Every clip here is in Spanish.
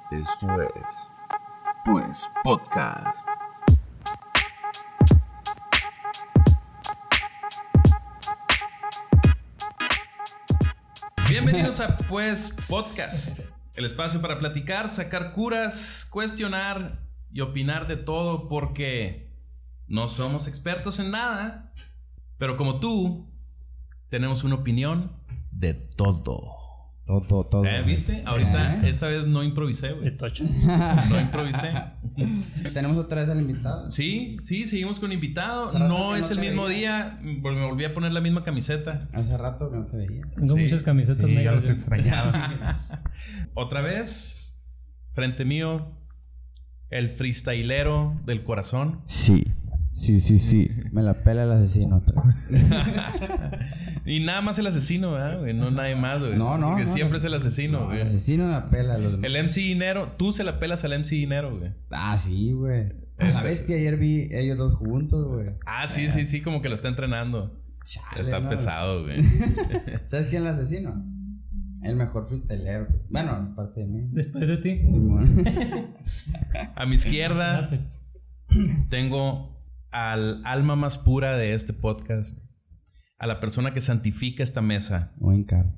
Esto es, pues, podcast. Bienvenidos a Pues Podcast, el espacio para platicar, sacar curas, cuestionar y opinar de todo porque no somos expertos en nada, pero como tú, tenemos una opinión de todo. Todo. ¿Viste? Ahorita, esta vez no improvisé, güey. No improvisé. ¿Tenemos otra vez al invitado? Sí, seguimos con invitado. Hace rato No que es no el te mismo veía. día. Me volví a poner la misma camiseta. Hace rato que no te veía. Tengo Sí. muchas camisetas Sí, ya negras. los extrañaba. Otra vez, frente mío, el freestylero del corazón. Sí. Me la pela el asesino otra vez. Y nada más el asesino, ¿verdad, güey? No nadie más, güey. No. Porque siempre es el asesino, No, güey. el asesino me la pela a los demás. El MC Dinero, tú se la pelas al MC Dinero, güey. Ah, sí, güey. La Ese. bestia, ayer vi ellos dos juntos, güey. Ah, sí, como que lo está entrenando. Chale, Está ¿no? pesado, güey. ¿Sabes quién es el asesino? El mejor freestylero. Bueno, aparte de mí. Después de ti. Simón. A mi izquierda tengo al alma más pura de este podcast. A la persona que santifica esta mesa. Buen caro.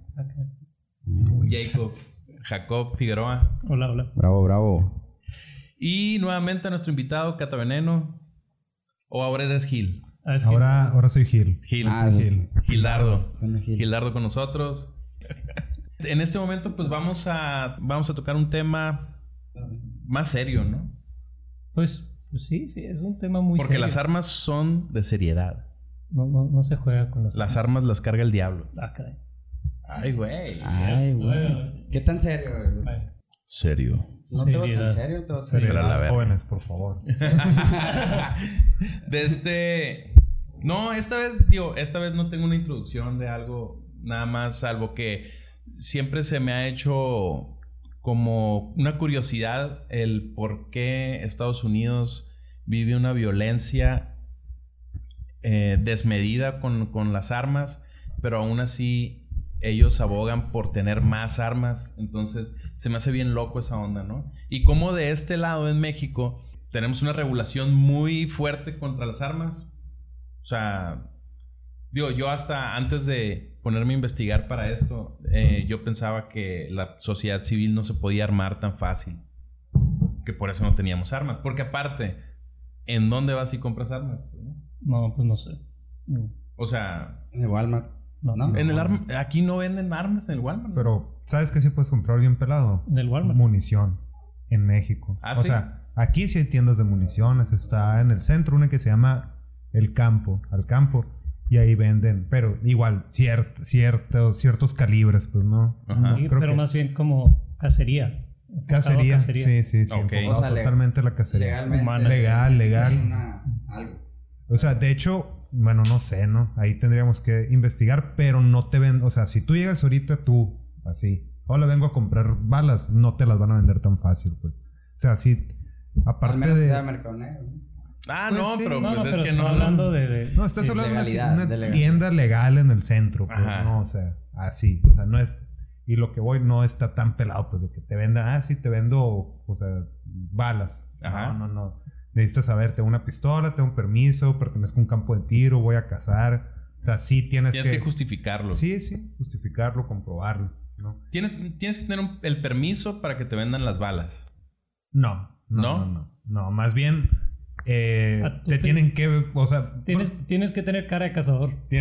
Jacob Figueroa. Hola. Bravo. Y nuevamente a nuestro invitado, Cata Veneno. O ahora eres Gil. Ah, es que- Ahora soy Gil. Gil. Ah, Sí, sí. Gildardo. Bueno, Gil. Gildardo con nosotros. En este momento, pues vamos a tocar un tema más serio, ¿no? Pues sí, es un tema muy Porque serio. las armas son de seriedad. No se juega con Las armas las carga el diablo. Ah, caray. Ay, güey. Ay, güey. ¿Qué tan serio, güey? Serio. No te veo tan Seriedad. serio, te veo tan Seriedad. serio. la verga. Jóvenes, por favor. No, esta vez no tengo una introducción de algo, nada más, salvo que siempre se me ha hecho como una curiosidad el por qué Estados Unidos vive una violencia desmedida con las armas, pero aún así ellos abogan por tener más armas. Entonces se me hace bien loco esa onda, ¿no? Y como de este lado en México tenemos una regulación muy fuerte contra las armas. O sea, yo hasta antes de ponerme a investigar para esto, yo pensaba que la sociedad civil no se podía armar tan fácil, que por eso no teníamos armas. Porque aparte, ¿en dónde vas y compras armas? No, pues no sé. No. O sea, De Walmart. No. en el aquí no venden armas en el Walmart. Pero, ¿sabes qué sí puedes comprar bien pelado? Del Walmart. Munición en México. ¿Ah, o sí? sea, aquí sí hay tiendas de municiones. Está en el centro una que se llama El Campo, Al Campo. Y ahí venden, pero igual, ciertos calibres, pues, ¿no? Ajá. No, Sí, creo pero que más bien como cacería. Cacería. Cacería. Sí. Ok. enfocado O sea, totalmente la cacería. Legalmente. Humana. Legal. Algo. O sea, de hecho, bueno, no sé, ¿no? Ahí tendríamos que investigar, pero no te ven, o sea, si tú llegas ahorita tú, así, hola, vengo a comprar balas, no te las van a vender tan fácil, pues. O sea, sí, Al aparte menos que de... sea mercado negro. Ah, Pues no, sí. pero No, pues es pero que estoy no. hablando de No, estás Sí, hablando de legalidad, una de legalidad. tienda legal en el centro, pues, Ajá. no, o sea, así, o sea, no es... Y lo que voy no está tan pelado, pues, de que te vendan, sí, te vendo, o sea, balas. Ajá. No. Necesitas saber, tengo una pistola, tengo un permiso, pertenezco a un campo de tiro, voy a cazar. O sea, sí tienes Tienes que justificarlo. Sí, justificarlo, comprobarlo, ¿no? Tienes que tener el permiso para que te vendan las balas. No, más bien te tienen que, o sea... Tienes que tener cara de cazador. De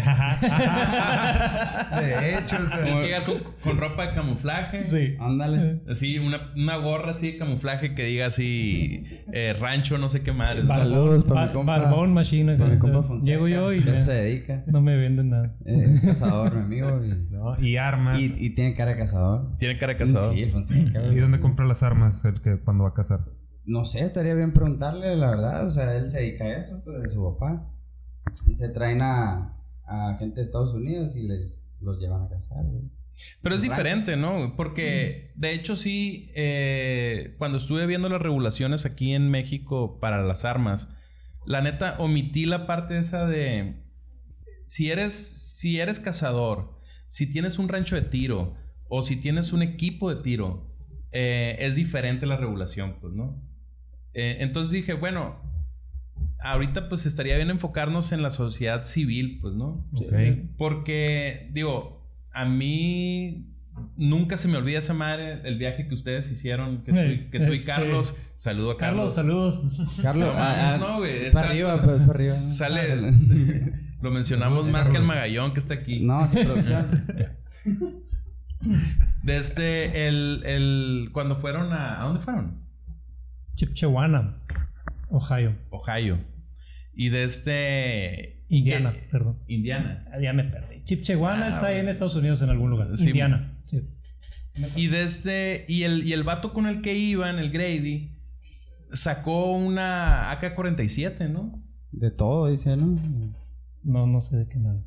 hecho, o sea... Tienes que llegar con ropa de camuflaje. Sí. Ándale. Así, una gorra así de camuflaje que diga así... rancho, no sé qué madre. Saludos para mi compa. Barbón machina. Para mi o sea, compa Fonseca. llego yo y Ya se dedica. no me venden nada. Es cazador, mi amigo. ¿no? Y armas. Y tiene cara de cazador. Tiene cara de cazador. Sí, el Fonseca. ¿Y dónde compra las armas el que cuando va a cazar? No sé, estaría bien preguntarle, la verdad. O sea, él se dedica a eso, pues, de su papá. Se traen a gente de Estados Unidos y los llevan a cazar, güey. Pero es diferente, ¿no? Porque, de hecho, sí, cuando estuve viendo las regulaciones aquí en México para las armas, la neta, omití la parte esa de... Si eres cazador, si tienes un rancho de tiro o si tienes un equipo de tiro, es diferente la regulación, pues, ¿no? Entonces dije, bueno, ahorita pues estaría bien enfocarnos en la sociedad civil, pues, ¿no? Ok. Porque, digo, a mí nunca se me olvida esa madre, el viaje que ustedes hicieron, que tú y Sí. Carlos. Saludo a Carlos. Saludos. Carlos, No, güey. para arriba, pues, para arriba. Sale. Lo mencionamos Saludos, más que el Carlos. Magallón que está aquí. No, sí, producción. Desde cuando fueron ¿a dónde fueron? Chipchewana, Ohio. Ohio. Y Indiana, perdón. Indiana. Ya me perdí. Chipchewana está ahí en bueno. Estados Unidos en algún lugar. Sí. Indiana. Sí. Y el vato con el que iban, el Grady, sacó una AK-47, ¿no? De todo, dice, ¿no? No sé de qué nada.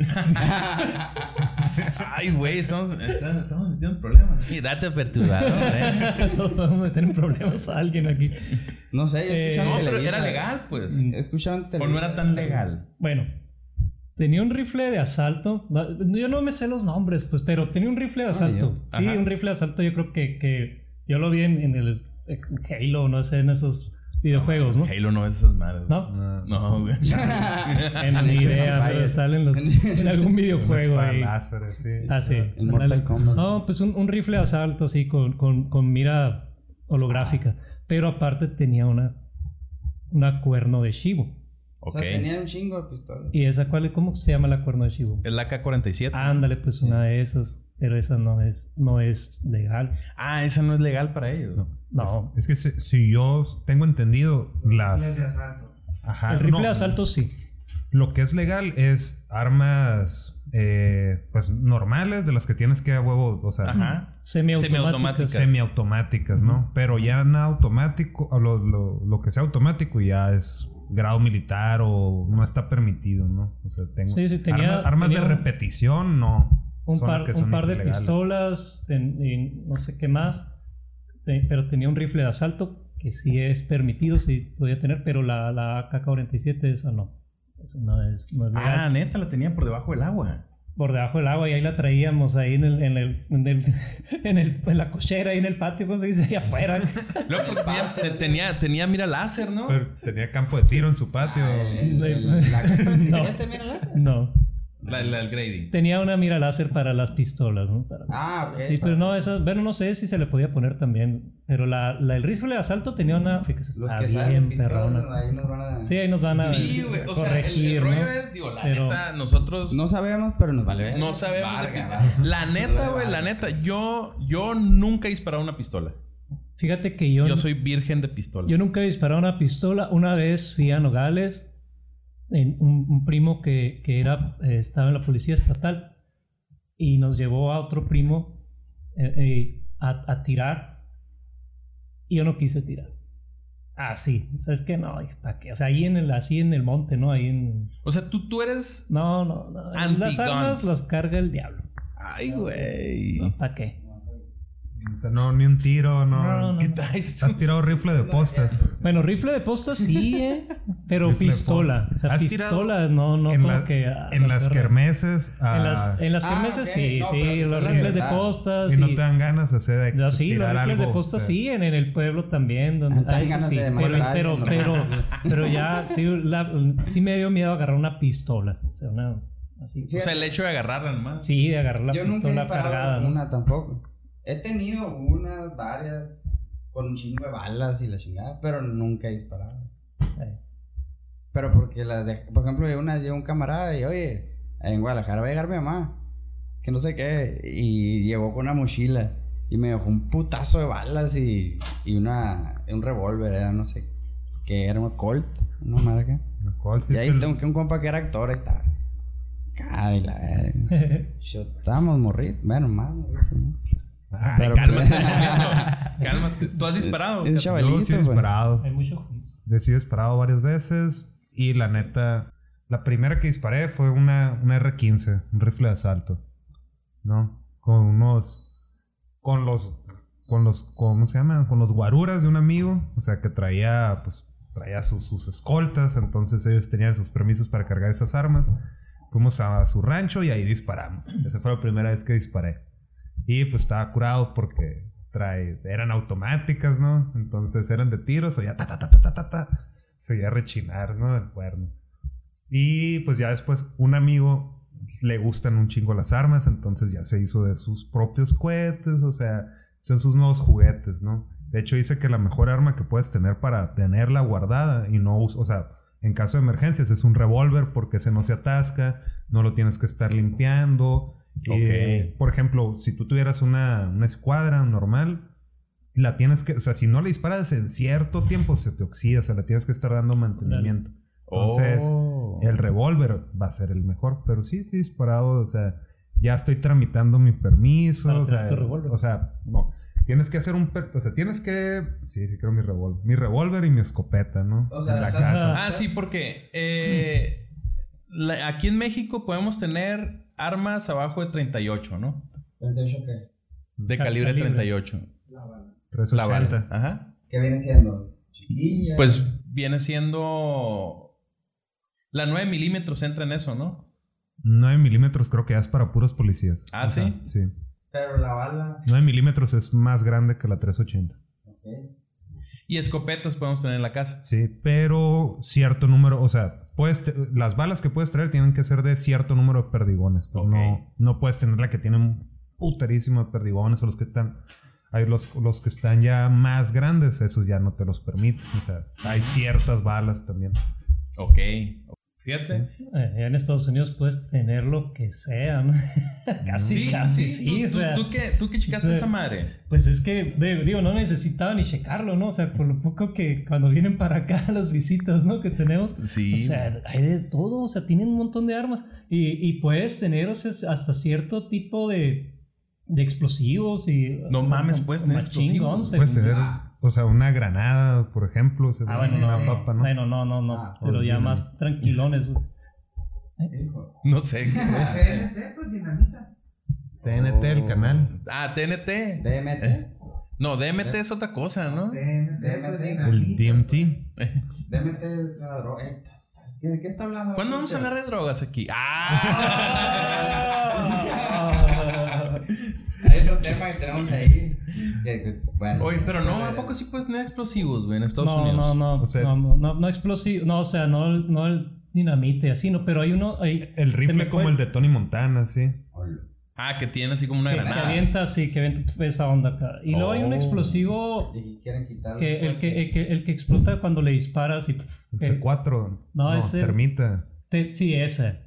Ay, güey, estamos metiendo en problemas. Sí, date perturbado, ¿eh? Solo vamos a meter en problemas a alguien aquí. No sé, yo escuchaba No, en pero Televisa. era legal, pues. Escuchaban O no era tan legal. Bueno, tenía un rifle de asalto. Yo no me sé los nombres, pues, pero tenía un rifle de asalto. Sí, Ajá. un rifle de asalto. Yo creo que yo lo vi en el Halo, no sé, en esos videojuegos, ¿no? Halo no es esas madres. ¿No? No, güey. En mi idea, pero salen en algún videojuego Una ahí. espada láser, sí. Ah, sí. En Mortal Kombat. No, pues un rifle de asalto así con mira holográfica. Pero aparte tenía una cuerno de chivo. O Ok. sea, tenía un chingo de pistolas. ¿Y esa cómo se llama la cuerno de chivo? Es la AK-47. Ándale, pues una de esas. Pero esa no es legal. Ah, esa no es legal para ellos. No. Es que si yo tengo entendido, las... Ajá, El rifle no, de asalto sí. Lo que es legal es armas pues normales, de las que tienes que a huevo, o sea, Ajá. Semiautomáticas. semiautomáticas, ¿no? Pero ya nada automático, o lo que sea automático ya es grado militar o no está permitido, ¿no? O sea, tengo Sí, tenía armas de un- repetición, no. Un son las par, que un son par de ilegales. pistolas y no sé qué más. Pero tenía un rifle de asalto que sí es permitido, sí podía tener, pero la AK-47 esa no. Esa no es legal. Ah, neta, la tenía por debajo del agua. Por debajo del agua y ahí la traíamos ahí en la cochera, ahí en el patio, ¿cómo se dice? Ahí afuera. Loco, tenía mira láser, ¿no? Pero tenía campo de tiro en su patio. La AK-47, mírala. No. El Grady. Tenía una mira láser para las pistolas, ¿no? Ah, ok. Sí, pero no, esa, bueno, no sé si se le podía poner también. Pero el rifle de asalto tenía una. Fíjese, Los está que saben bien pistolas, perrona. ahí nos van a... Sí, ahí nos van a Sí, güey. O sea, corregir, el rollo ¿no? es, digo, la Pero- neta, nosotros No sabemos, pero nos vale ver. no sabemos de Varga, pistola. varga. La neta, güey, la neta. Yo nunca he disparado una pistola. Fíjate que yo Yo soy virgen de pistola. Yo nunca he disparado una pistola. Una vez fui a Nogales, un primo que estaba en la policía estatal y nos llevó a otro primo a tirar y yo no quise tirar. Ah, sí. O sea, es que no, ¿para qué? O sea, ahí así en el monte, ¿no? Ahí en... O sea, tú eres... No. Las Anti-guns. armas las carga el diablo. Ay, güey. ¿Para qué? O sea, no, ni un tiro, no. No. ¿Qué traes? Has tirado rifle de postas. Bueno, rifle de posta sí, pero Rifle de pistola. posta. O sea, ¿Has pistola, tirado no en como la- que... en las kermeses. kermeses. En las Ah, kermeses ok. sí, No, sí, pero los pistola rifles de libertad. postas. Y no te dan ganas de hacer de Ya, sí, los tirar rifles de algo, postas o sea, sí, en el pueblo también. Donde, Dan eso ganas sí, de matar a alguien, ¿no? pero ya sí me dio miedo agarrar una pistola. O sea, una así. O sea, el hecho de agarrarla nomás. Sí, de agarrar la Yo nunca he pistola disparado cargada. ¿no? una tampoco. He tenido unas, varias, con un chingo de balas y la chingada, pero nunca he disparado. Pero porque por ejemplo, llegó un camarada y, oye, en Guadalajara va a llegar mi mamá, que no sé qué, y llegó con una mochila y me dejó un putazo de balas y un revólver, era no sé, que era un Colt, una marca. alcohol, sí, Y ahí es que tengo un compa que era actor, ahí está. Cabe la verga. Yo estábamos morritos, bueno, más morritos, ¿no? Ay, Pero- Cálmate. Cálmate. ¿Tú has disparado? Es chavalito, yo sí he pues. disparado. Hay mucho juicio. Sí he disparado varias veces. Y la neta, la primera que disparé fue una R15, un rifle de asalto. ¿No? ¿Cómo se llaman? Con los guaruras de un amigo. O sea, que traía sus escoltas. Entonces ellos tenían sus permisos para cargar esas armas. Fuimos a su rancho y ahí disparamos. Esa fue la primera vez que disparé. Y pues estaba curado porque eran automáticas, ¿no? Entonces eran de tiros, o ya se oía rechinar, ¿no? El cuerno. Y pues ya después un amigo le gustan un chingo las armas, entonces ya se hizo de sus propios cohetes, o sea, son sus nuevos juguetes, ¿no? De hecho dice que la mejor arma que puedes tener para tenerla guardada y no, o sea, en caso de emergencias es un revólver porque ese no se atasca, no lo tienes que estar limpiando. Ok. Por ejemplo, si tú tuvieras una escuadra normal, la tienes que, o sea, si no le disparas en cierto tiempo se te oxida, o sea, la tienes que estar dando mantenimiento. Entonces, el revólver va a ser el mejor, pero sí disparado, o sea, ya estoy tramitando mi permiso, Para o sea, tener tu revólver. o sea, no, tienes que hacer o sea, tienes que, sí creo mi revólver y mi escopeta, ¿no? O sea, en la estás- casa. Ah, sí, porque aquí en México podemos tener armas abajo de 38, ¿no? ¿38 qué? De calibre 38. La bala. 380. La bala. Ajá. ¿Qué viene siendo? Chiquilla. Pues viene siendo... La 9 milímetros entra en eso, ¿no? 9 milímetros creo que ya es para puros policías. Ah, O sea, ¿sí? Sí. Pero la bala. 9 milímetros es más grande que la 380. Ok. Y escopetas podemos tener en la casa. Sí, pero cierto número, o sea, las balas que puedes traer tienen que ser de cierto número de perdigones. Pues Ok. no puedes tener la que tiene un puterísimo de perdigones o los que están... Hay los que están ya más grandes, esos ya no te los permiten. O sea, hay ciertas balas también. Ok. Fíjate. En Estados Unidos puedes tener lo que sea, ¿no? casi, sí. O sea, ¿Tú qué checaste o sea, esa madre? pues es que, digo, no necesitaba ni checarlo, ¿no? O sea, por lo poco que cuando vienen para acá las visitas, ¿no? Que tenemos. Sí. O sea, hay de todo, o sea, tienen un montón de armas. Y puedes tener, o sea, hasta cierto tipo de explosivos y... No o sea, mames, puedes tener machine explosivos. guns, Puedes tener, Ah. o sea, una granada, por ejemplo. O sea, bueno, una no. papa, ¿no? Bueno, no. Ah, pero ya olvídalo. más tranquilones. Hijo. No sé. TNT, pues dinamita. TNT, el canal. Ah, TNT. DMT. No, DMT es otra cosa, ¿no? El DMT. DMT es la droga. ¿De qué está hablando? ¿Cuándo vamos a hablar de drogas aquí? Hay otro tema que tenemos ahí. Bueno, Oye, pero no, ¿a poco sí puedes tener explosivos, güey, en Estados Unidos? No, O sea- no explosivo, no, o sea, no el dinamite, así, no, pero hay uno, El rifle como el de Tony Montana, sí. Ah, que tiene así como una que granada. avienta pues, esa onda acá. Y luego hay un Oh. explosivo Y quieren quitar que el que explota cuando le disparas y El C4. No, ese- termita. sí, ese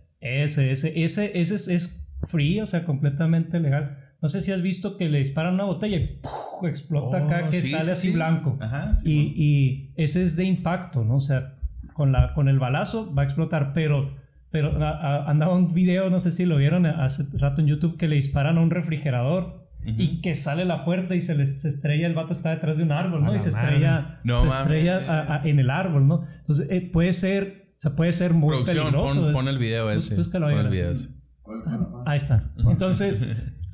es free, o sea, completamente legal. No sé si has visto que le disparan una botella y ¡puf! Explota acá, que sí, sale sí, así sí. blanco. Ajá, sí. Y ese es de impacto, ¿no? O sea, con el balazo va a explotar, pero andaba un video, no sé si lo vieron hace rato en YouTube, que le disparan a un refrigerador Ujú. y que sale la puerta y se estrella, el vato está detrás de un árbol, A ¿no? la Y se madre. estrella, No se mames. estrella en el árbol, ¿no? Entonces puede ser muy Producción, peligroso. pon el video ese. búscalo Pon ahí, el ¿no? video ese. Ahí está. Entonces,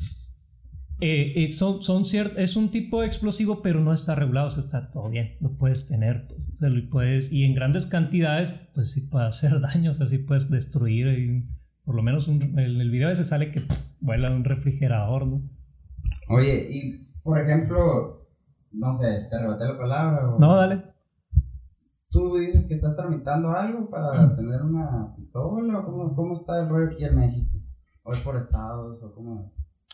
es un tipo de explosivo, pero no está regulado, o sea, está todo bien, lo puedes tener, pues, y en grandes cantidades, pues sí puede hacer daño, o sea, sí puedes destruir, por lo menos en el video ese sale que vuela un refrigerador, ¿no? Oye, y por ejemplo, no sé, te arrebaté la palabra. No, dale. ¿Tú dices que estás tramitando algo para tener una pistola? ¿O cómo está el rollo aquí en México? ¿O es por estados? ¿O cómo?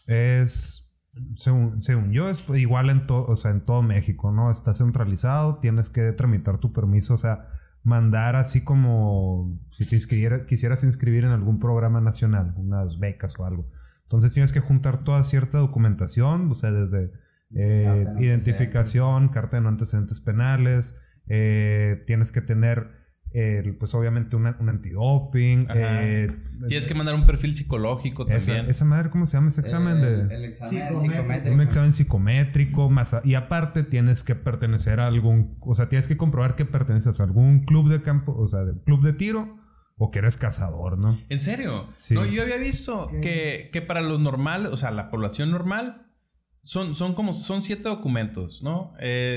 Según yo, es igual en todo México, ¿no? Está centralizado, tienes que tramitar tu permiso, o sea, mandar así como si te quisieras inscribir en algún programa nacional, unas becas o algo. Entonces tienes que juntar toda cierta documentación, o sea, desde Carta de identificación, carta de no antecedentes penales, tienes que tener pues obviamente un antidoping. Ajá. Tienes que mandar un perfil psicológico también. Esa madre, ¿cómo se llama ese examen? El examen psicométrico. Un examen psicométrico, y aparte tienes que pertenecer a o sea, tienes que comprobar que perteneces a algún club de campo, o sea, club de tiro, o que eres cazador, ¿no? ¿En serio? Sí. No, yo había visto que para los normales, o sea, la población normal, son 7 documentos, ¿no?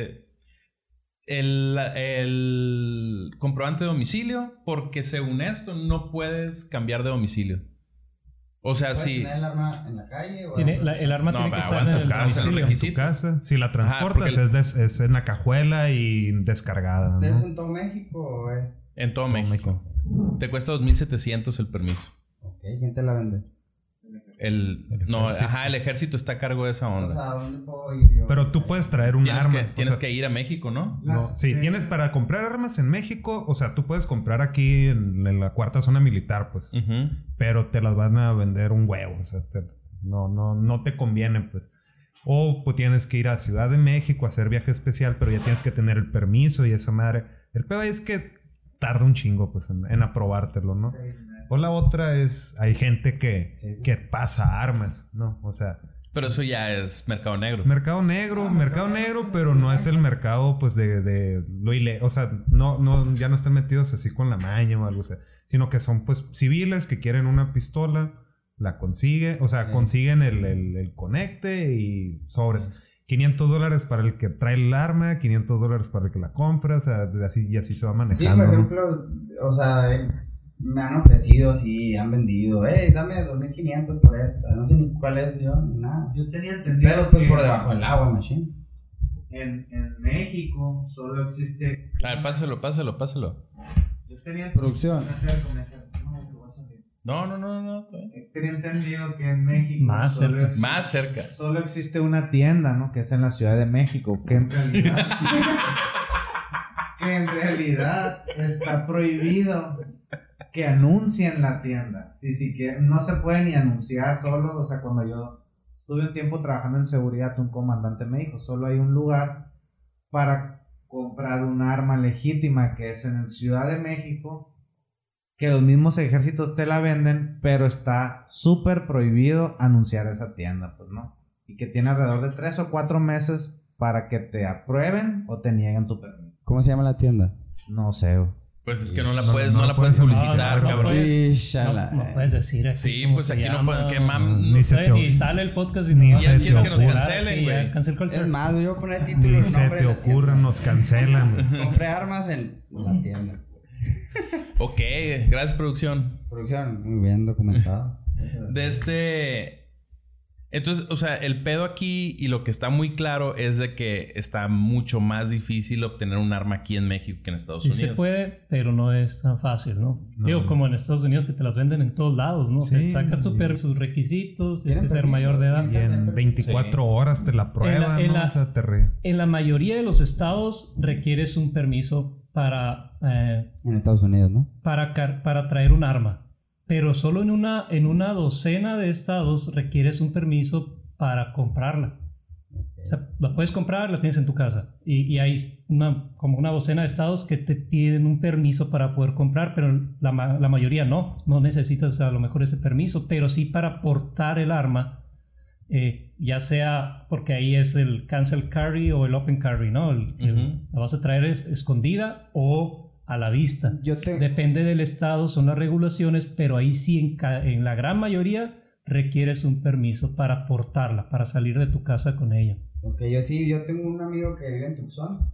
El comprobante de domicilio, porque según esto no puedes cambiar de domicilio. O sea, ¿Puedes sí. tener el arma en la calle? O El arma No, tiene que va, estar aguanta, en el casa, domicilio. en En tu casa. Si la transportas porque es en la cajuela y descargada, ¿Es ¿no? en todo México o es...? En todo México. Te cuesta 2,700 el permiso. Ok, ¿quién te la vende? El ejército está a cargo de esa O onda. sea, ¿dónde puedo ir yo? Pero tú puedes traer un Tienes, arma. tienes que ir a México, ¿no? No, sí, tienes para comprar armas en México, o sea, tú puedes comprar aquí en la cuarta zona militar, pues. Ujú. Pero te las van a vender un huevo, o sea, no te conviene, pues. O pues tienes que ir a Ciudad de México a hacer viaje especial, pero ya tienes que tener el permiso y esa madre. El peor es que tarda un chingo, pues, en aprobártelo, ¿no? O la otra es, hay gente que pasa armas, ¿no? O sea... Pero eso ya es mercado negro. Mercado negro, pero no es el mercado, pues, de lo ilegal. O sea, ya no están metidos así con la maña o algo, o sea, sino que son, pues, civiles que quieren una pistola, la consiguen, o sea, consiguen el conecte y sobres. $500 para el que trae el arma, $500 para el que la compra, o sea, así se va Sí, manejando, por ¿no? ejemplo, o sea, me han ofrecido así, han vendido, dame 2,500 por esta, no sé ni cuál es yo, ni nada. Yo tenía entendido Pero pues que por debajo del agua, machine. en México solo existe... A ver, pásalo. Yo tenía Producción. No. Tenía entendido que en México Más solo cerca. Más cerca. solo existe una tienda, ¿no? Que es en la Ciudad de México, que en realidad está prohibido que anuncien la tienda. Sí, que no se puede ni anunciar solos. O sea, cuando yo estuve un tiempo trabajando en seguridad, un comandante me dijo, solo hay un lugar para comprar un arma legítima, que es en Ciudad de México, que los mismos ejércitos te la venden, pero está súper prohibido anunciar esa tienda, pues, ¿no? Y que tiene alrededor de 3 o 4 meses para que te aprueben o te nieguen tu permiso. ¿Cómo se llama la tienda? No sé, güey. Pues es que no la No, puedes, no no la la puedes puedes publicitar, no, cabrón. puedes. Ishala. No puedes decir aquí. Sí, cómo pues se aquí no llama. pueden. Que Ni se te Ni sale el podcast y ni no se va a te quieres ocurra. cancelen, güey. Cancel culture. Es más, yo voy a poner el título Ni y se te ocurra, nos cancelan. Compré armas en la tienda. Ok, gracias, producción. Producción, muy bien documentado. Entonces, o sea, el pedo aquí y lo que está muy claro es de que está mucho más difícil obtener un arma aquí en México que en Estados Sí Unidos. se puede, pero no es tan fácil, ¿no? No. Digo, como en Estados Unidos que te las venden en todos lados, ¿no? O sea, Sí, sacas sí. sus requisitos, tienes ¿Tienen que ser permiso? mayor de edad. Y en 24 horas te la prueban, En ¿no? la- O sea, En la mayoría de los estados requieres un permiso para En Estados Unidos, ¿no? para traer un arma. Pero solo en una docena de estados requieres un permiso para comprarla. O sea, la puedes comprar, la tienes en tu casa. Y hay como una docena de estados que te piden un permiso para poder comprar, pero la mayoría no. No necesitas a lo mejor ese permiso, pero sí para portar el arma, ya sea porque ahí es el cancel carry o el open carry, ¿no? La vas a traer escondida o a la vista. Depende del estado, son las regulaciones, pero ahí sí en la gran mayoría requieres un permiso para portarla, para salir de tu casa con ella. Ok, yo tengo un amigo que vive en Tucson,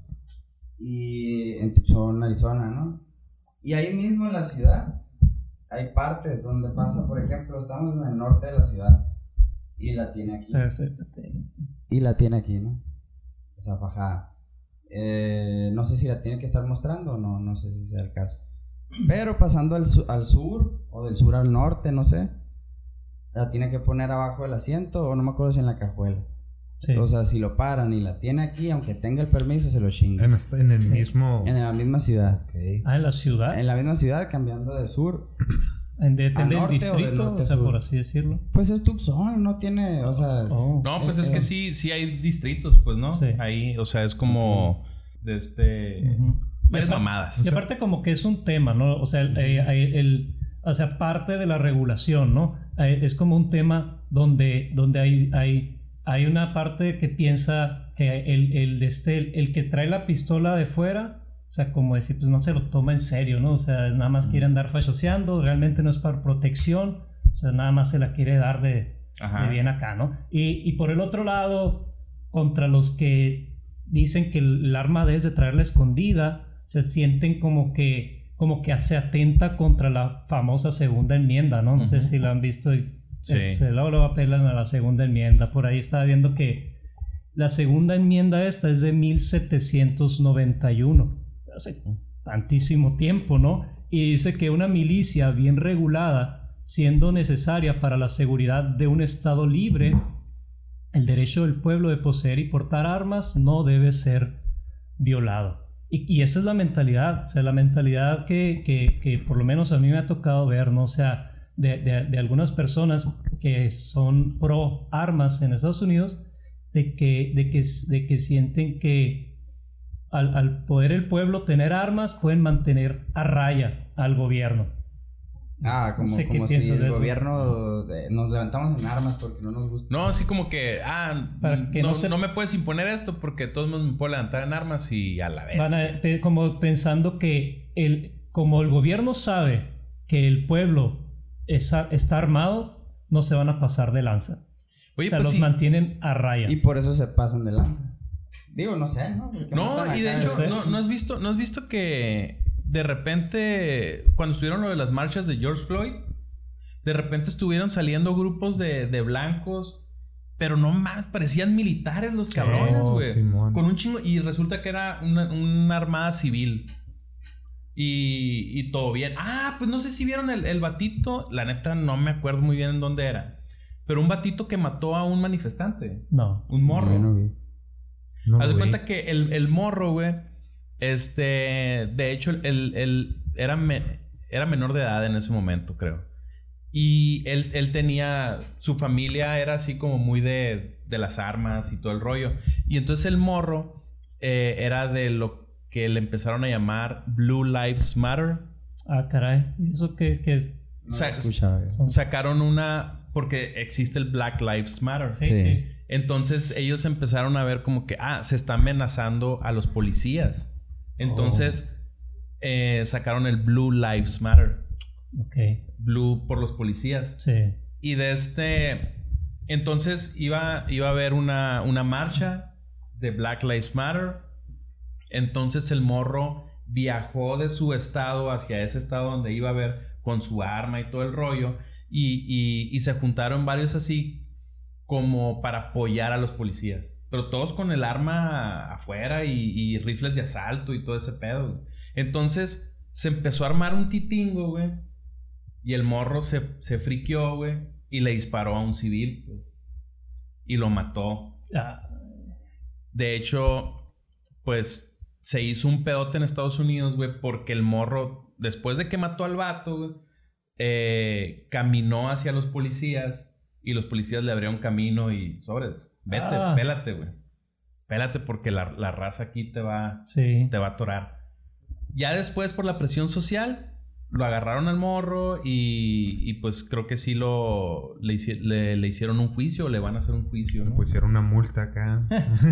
Arizona, ¿no? Y ahí mismo en la ciudad hay partes donde pasa, por ejemplo, estamos en el norte de la ciudad y la tiene aquí. Y la tiene aquí, ¿no? O sea, fajada. No sé si la tiene que estar mostrando o no sé si sea el caso. Pero pasando al sur o del sur al norte, no sé, la tiene que poner abajo del asiento o no me acuerdo si en la cajuela. Sí. O sea, si lo paran y la tiene aquí, aunque tenga el permiso, se lo chinga. en el mismo... En la misma ciudad. Ok. Ah, en la ciudad. En la misma ciudad, cambiando de sur. Depende del norte o del distrito, norte o sea, sur. por así decirlo. Pues es Tucson, no tiene, o sea... Oh. No, pues es que sí hay distritos, pues, ¿no? Sí. Ahí, o sea, es como Ujú. varias Y aparte- mamadas. Y aparte como que es un tema, ¿no? O sea, o sea, parte de la regulación, ¿no? Es como un tema donde hay una parte que piensa que el que trae la pistola de fuera, o sea, como decir, pues no se lo toma en serio, ¿no? O sea, nada más quiere andar fachoseando, realmente no es para protección, o sea, nada más se la quiere dar de bien acá, ¿no? Y por el otro lado, contra los que dicen que el arma debes de traerla escondida, se sienten como que se atenta contra la famosa segunda enmienda, ¿no? No sé si la han visto. Sí. Luego apelan a la segunda enmienda. Por ahí estaba viendo que la segunda enmienda esta es de 1791. Hace tantísimo tiempo, ¿no? Y dice que una milicia bien regulada, siendo necesaria para la seguridad de un Estado libre, el derecho del pueblo de poseer y portar armas no debe ser violado. Y esa es la mentalidad, o sea, la mentalidad que por lo menos a mí me ha tocado ver, ¿no? O sea, de algunas personas que son pro armas en Estados Unidos, de que sienten que al poder el pueblo tener armas pueden mantener a raya al gobierno. Como, No sé qué como si piensas de el eso. gobierno nos levantamos en armas porque no nos gusta. No, así como que, Para que no me puedes imponer esto porque todos me puedo levantar en armas y a la vez. Como pensando que como el gobierno sabe que el pueblo está armado, no se van a pasar de lanza. Oye, o sea, pues los sí. mantienen a raya. Y por eso se pasan de lanza. Digo, no sé, ¿no? Porque No, matan y de acá, hecho, no sé. ¿no has visto que de repente, cuando estuvieron lo de las marchas de George Floyd, de repente estuvieron saliendo grupos de blancos, pero no más, parecían militares los cabrones, güey. Simón. Con un chingo, y resulta que era una armada civil. Y todo bien. Pues no sé si vieron el batito, la neta no me acuerdo muy bien en dónde era. Pero un batito que mató a un manifestante. No. Un morro. Yo no vi. No Haz de lo vi. cuenta que el morro, güey, de hecho, era menor de edad en ese momento, creo. Y él tenía, su familia era así como muy de las armas y todo el rollo. Y entonces el morro era de lo que le empezaron a llamar Blue Lives Matter. Caray. ¿Y eso qué es? No lo escuchaba. Sacaron porque existe el Black Lives Matter. Sí. Entonces ellos empezaron a ver como que, se está amenazando a los policías. Entonces sacaron el Blue Lives Matter. Ok. Blue por los policías. Sí. Y entonces iba a haber una marcha de Black Lives Matter. Entonces el morro viajó de su estado hacia ese estado donde iba a haber con su arma y todo el rollo. Y se juntaron varios así como para apoyar a los policías. Pero todos con el arma afuera y rifles de asalto y todo ese pedo, güey. Entonces se empezó a armar un titingo, güey. Y el morro se friqueó, güey. Y le disparó a un civil, pues. Y lo mató. De hecho, pues se hizo un pedote en Estados Unidos, güey. Porque el morro, después de que mató al vato, güey, caminó hacia los policías. Y los policías le abrieron camino y sobres. Vete, pélate, güey. Pélate porque la raza aquí te va a atorar. Ya después, por la presión social, lo agarraron al morro y pues creo que sí le hicieron un juicio o le van a hacer un juicio, ¿no? Pusieron una multa acá.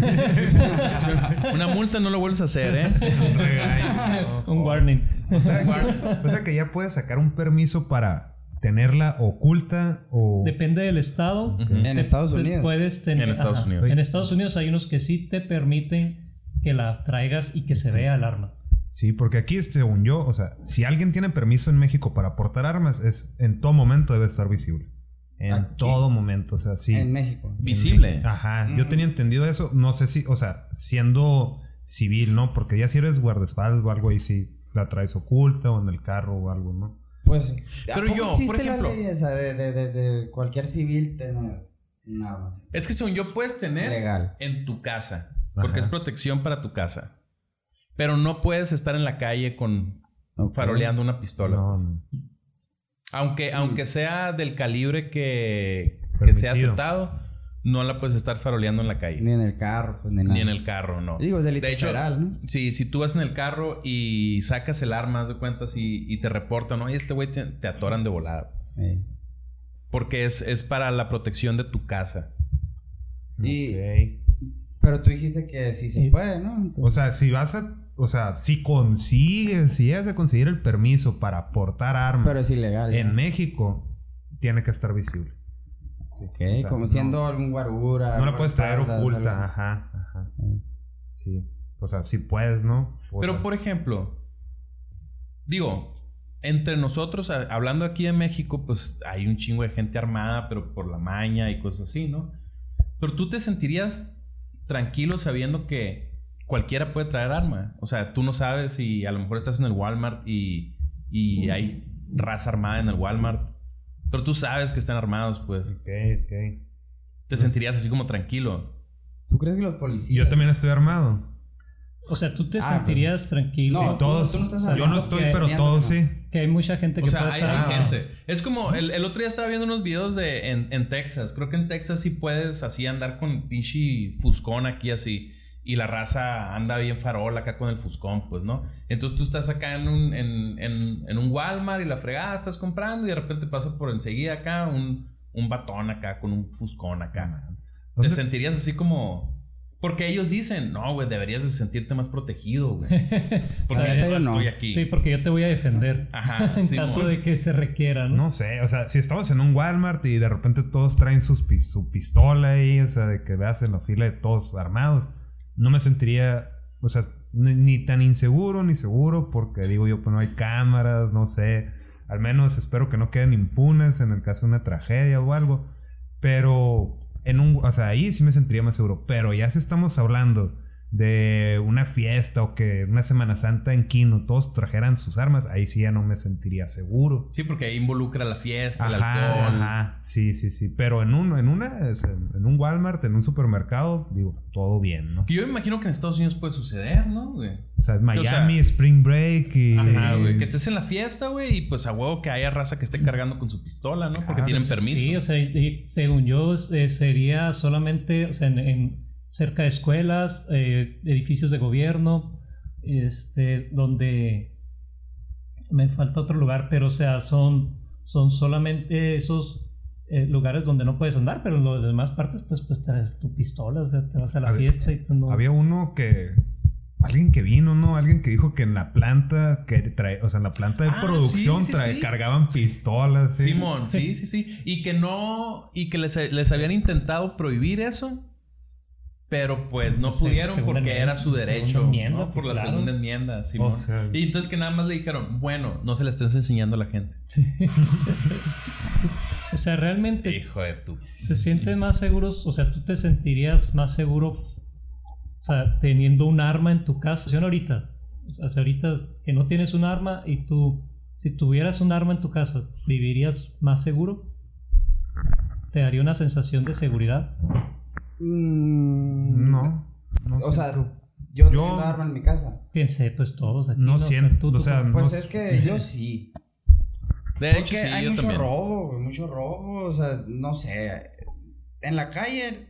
Una multa no lo vuelves a hacer, ¿eh? Un regaño. Un warning. O sea que ya puedes sacar un permiso para tenerla oculta o... Depende del estado. Ujú. En Estados Unidos. Puedes tener... En Estados Unidos. En Estados Unidos hay unos que sí te permiten que la traigas y que se vea el arma. Sí, porque aquí, según yo, o sea, si alguien tiene permiso en México para portar armas, en todo momento debe estar visible. En Aquí. todo momento, o sea, sí. En México. Visible. Ajá, yo tenía entendido eso. No sé si, o sea, siendo civil, ¿no? Porque ya si eres guardaespaldas o algo ahí, sí la traes oculta o en el carro o algo, ¿no? Pues, Pero ¿a poco yo, existe por ejemplo- la ley esa de cualquier civil tener un arma Es que según yo puedes tener legal? en tu casa. Porque Ajá. es protección para tu casa. Pero no puedes estar en la calle Ok. faroleando una pistola. No, pues. no. Aunque sea del calibre que Permitido. sea aceptado, no la puedes estar faroleando en la calle. Ni en el carro, pues ni nada. Ni en el carro, no. Digo, es delito De hecho, federal, ¿no? sí, si tú vas en el carro y sacas el arma, haz de cuentas, y te reportan, ¿no? Y este güey te atoran de volada. Pues. Sí. Porque es para la protección de tu casa. Y- Ok. Pero tú dijiste que sí se Sí. puede, ¿no? Entonces, O sea, si vas a... O sea, si llegas a conseguir el permiso para portar armas pero es ilegal. ¿no? en México, tiene que estar visible. Sí. Ok, O sea, como no- siendo algún guarura. No la puedes traer guardaespaldas, algo oculta, así. ajá. Sí. O sea, sí puedes, ¿no? O Pero, sea, por ejemplo, digo, entre nosotros, hablando aquí de México, pues hay un chingo de gente armada, pero por la maña y cosas así, ¿no? Pero tú te sentirías tranquilo sabiendo que cualquiera puede traer arma. O sea, tú no sabes si a lo mejor estás en el Walmart y hay raza armada en el Walmart. Pero tú sabes que están armados, pues. Ok. Te sentirías así como tranquilo. ¿Tú crees que los policías? Yo también estoy armado. O sea, tú te sentirías tranquilo. No, Sí, todos. tú no estás Yo armado. no estoy, Que- pero todos sí. Que hay mucha gente que O sea, puede hay estar... gente. Es como... El otro día estaba viendo unos videos en Texas. Creo que en Texas sí puedes así andar con pinche fuscón aquí así. Y la raza anda bien farol acá con el fuscón, pues, ¿no? Entonces tú estás acá en un Walmart y la fregada estás comprando y de repente pasa por enseguida acá un batón acá con un fuscón acá. Te ¿Dónde? sentirías así como... Porque ellos dicen, no, güey, deberías de sentirte más protegido, güey. Porque neta, yo yo no. estoy aquí. Sí, porque yo te voy a defender. Ajá, en sí, caso pues. de que se requiera, ¿no? No sé, o sea, si estamos en un Walmart y de repente todos traen su pistola ahí, o sea, de que veas en la fila de todos armados, no me sentiría, o sea, ni tan inseguro ni seguro, porque digo yo, pues no hay cámaras, no sé, al menos espero que no queden impunes en el caso de una tragedia o algo, pero o sea, ahí sí me sentiría más seguro, pero ya si estamos hablando de una fiesta o que una Semana Santa en Quino todos trajeran sus armas, ahí sí ya no me sentiría seguro. Sí, porque ahí involucra la fiesta, el alcohol. Ajá, sí. Pero en un Walmart, en un supermercado, digo, todo bien, ¿no? Que yo me imagino que en Estados Unidos puede suceder, ¿no, güey? O sea, es Miami, sea, Spring Break y... Ajá, güey. Que estés en la fiesta, güey, y pues a huevo que haya raza que esté cargando con su pistola, ¿no? Porque Ah, tienen pues, permiso. Sí, o sea, y según yo, sería solamente, o sea, cerca de escuelas, edificios de gobierno, donde me falta otro lugar, pero o sea, son solamente esos lugares donde no puedes andar, pero en las demás partes, pues traes tu pistola, o sea, te vas a la fiesta y pues no... Había uno que... Alguien que vino, ¿no? Alguien que dijo que en la planta o sea, en la planta de producción sí. cargaban pistolas. ¿sí? Simón, sí. Y que les habían intentado prohibir eso, pero pues no pudieron Segunda porque enmienda, era su derecho, segunda enmienda, ¿no? pues, Por la claro. segunda enmienda, Simón. O sea- Y entonces que nada más le dijeron, bueno, no se la estés enseñando a la gente. Sí. O sea, realmente Hijo de tu... se sienten más seguros, o sea, tú te sentirías más seguro, o sea, teniendo un arma en tu casa. ¿Sí, ahorita? O sea, ahorita que no tienes un arma y tú, si tuvieras un arma en tu casa, ¿vivirías más seguro? ¿Te daría una sensación de seguridad? No. O sea, siento. yo tengo arma en mi casa. Pensé, pues todos aquí. No O sea, siento, tú- o sea, Pues no- es que yo sí. De Porque hecho, sí, hay yo mucho también. robo, güey, mucho robo. O sea, no sé. En la calle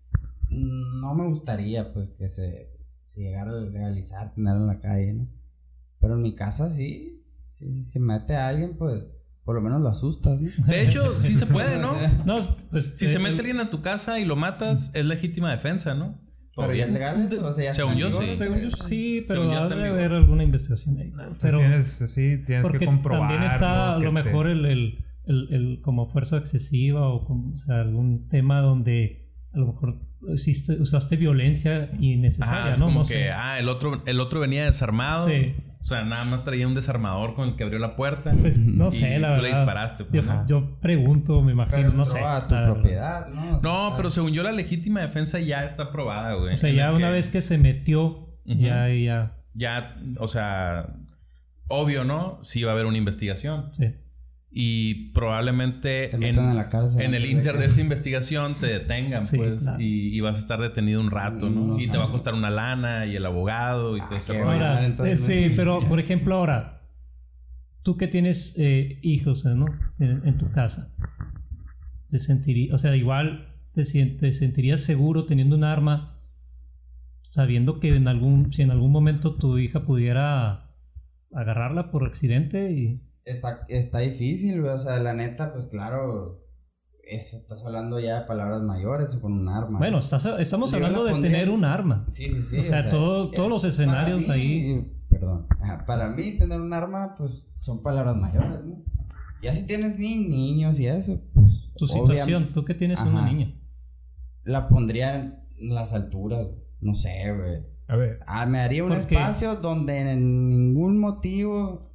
no me gustaría, pues, que se llegara a legalizar tenerlo en la calle, ¿no? Pero en mi casa sí. Si se mete a alguien, pues, por lo menos lo asustas, ¿no? De hecho, sí se puede, ¿no? No, pues... Si se mete alguien a tu casa y lo matas, es legítima defensa, ¿no? Pero ya es legal eso, o sea, ya Según está yo, en vigor, sí. Según yo sí, pero Según yo está debe en haber vigor. alguna investigación ahí. Pues Pero tienes que porque comprobar. también está a ¿no? lo Que te- mejor el como fuerza excesiva o sea, algún tema donde a lo mejor usaste violencia innecesaria, Es ¿no? como No que, sé. el otro venía desarmado. Sí. O sea, nada más traía un desarmador con el que abrió la puerta. Pues no y sé, la tú verdad. le disparaste. Pues, ¿no? Yo pregunto, me imagino, Pero no sé. entró a tu la verdad. propiedad, ¿no? O sea, No, pero según yo la legítima defensa ya está aprobada, güey. O sea, En ya el una que vez que se metió, ya. Ya, o sea, obvio, ¿no? Sí va a haber una investigación. Sí. Y probablemente Te meten a la cárcel en el antes de inter que- de esa investigación te detengan, Sí, pues. claro. Y vas a estar detenido un rato, ¿no? No y te va a sabes. costar una lana y el abogado y todo ese qué rollo. bueno. Ahora, entonces, sí, no. pero por ejemplo ahora, tú que tienes hijos, ¿no? En tu casa, te sentirías, o sea, igual te sentirías seguro teniendo un arma, sabiendo que si en algún momento tu hija pudiera agarrarla por accidente y... Está difícil, güey. O sea, la neta, pues claro, estás hablando ya de palabras mayores o con un arma. Bueno, estamos Yo hablando la de pondría tener en- un arma. Sí. O sea, todos los escenarios para mí, ahí. Perdón. Para mí, tener un arma, pues son palabras mayores, ¿no? Ya si tienes niños y eso, pues. Tu obviamente, situación, tú que tienes una Ajá. niña. La pondría en las alturas, güey. No sé, güey. A ver, Me daría un ¿Por qué? espacio donde en ningún motivo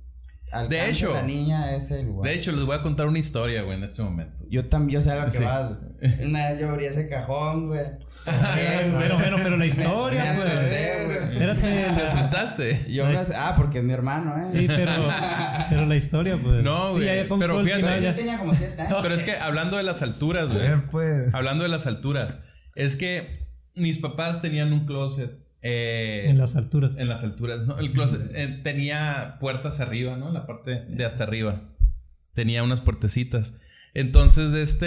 alcance hecho, la niña ese lugar. De hecho, les voy a contar una historia, güey, en este momento. Yo también, yo sé a lo que Sí. vas, güey. Una vez yo abrí ese cajón, güey. Pero la historia, Me pues. asusté, güey. ¿Te Espérate. asustaste? Porque es mi hermano, Sí, pero la historia, pues. No, Sí, güey, ya contó pero el fíjate, final, Yo ya. tenía como 7 años. Pero es que hablando de las alturas, güey. Pues. Hablando de las alturas. Es que mis papás tenían un closet. En las alturas. En las alturas, ¿no? El closet tenía puertas arriba, ¿no? La parte de hasta arriba. Tenía unas puertecitas. Entonces,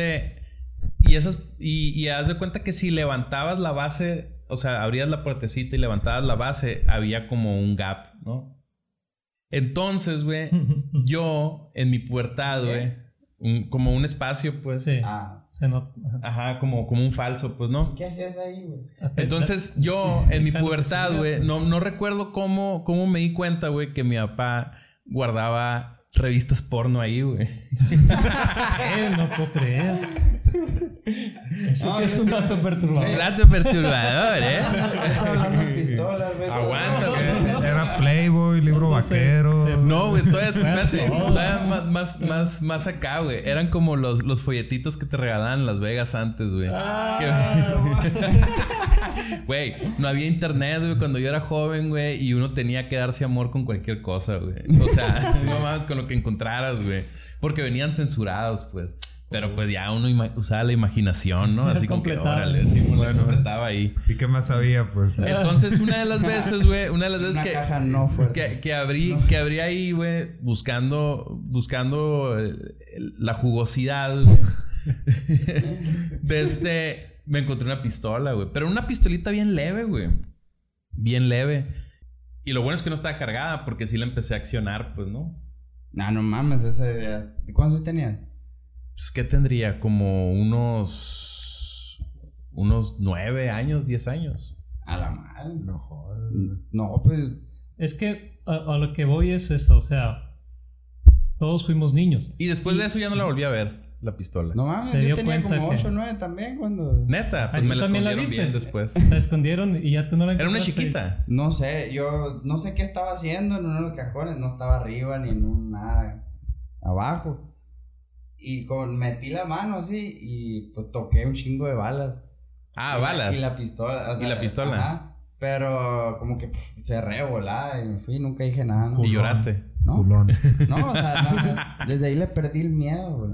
y haz de cuenta que si levantabas la base, o sea, abrías la puertecita y levantabas la base, había como un gap, ¿no? Entonces, güey, yo en mi pubertad, güey, como un espacio, pues. Sí. Ah. Se nota. Ajá, como un falso, pues, ¿no? ¿Qué hacías ahí, güey? Entonces, yo en mi pubertad, güey, no recuerdo cómo me di cuenta, güey, que mi papá guardaba revistas porno ahí, güey. No puedo creer. Ese sí es un dato perturbador. Dato perturbador, Estás hablando de pistolas, güey. Aguanta, güey. Era Playboy, libro No, vaquero. No, güey, todavía Fue más acá, güey. Eran como los folletitos que te regalaban en Las Vegas antes, güey. Güey, no había internet, güey, cuando yo era joven, güey, y uno tenía que darse amor con cualquier cosa, güey. O sea, no mames, con lo que encontraras, güey. Porque venían censurados, pues. Pero pues ya uno usaba la imaginación, ¿no? Así como que, Completaba. órale, sí, bueno, completaba ahí. ¿Y qué más había, pues? Entonces, una de las veces, güey, Una caja no fuerte. que abrí ahí, güey, buscando la jugosidad, güey. Me encontré una pistola, güey. Pero una pistolita bien leve, güey. Bien leve. Y lo bueno es que no estaba cargada porque sí la empecé a accionar, pues, ¿no? No mames, ese... ¿Cuántos tenías? Pues, ¿qué tendría? Como unos 9 años, 10 años. A la madre. No jodas. No, pues... Es que a lo que voy es eso, o sea, todos fuimos niños. Y después de eso ya no la volví a ver, la pistola. No mames, Se yo dio tenía cuenta como que- 8 o 9 también cuando... Neta, pues ¿Tú me la también la escondieron viste? bien después. La escondieron y ya tú no la Era una encontraste. chiquita. No sé, yo no sé qué estaba haciendo en uno de los cajones. No estaba arriba ni en un nada abajo. Y metí la mano así y pues toqué un chingo de balas. Ah, Y balas. Y la pistola. O sea, ¿Y la pistola? Ajá. Pero como que cerré volada y me fui, nunca dije nada. ¿no? Y lloraste. ¿No? Culón. No, o sea, no, desde ahí le perdí el miedo, güey.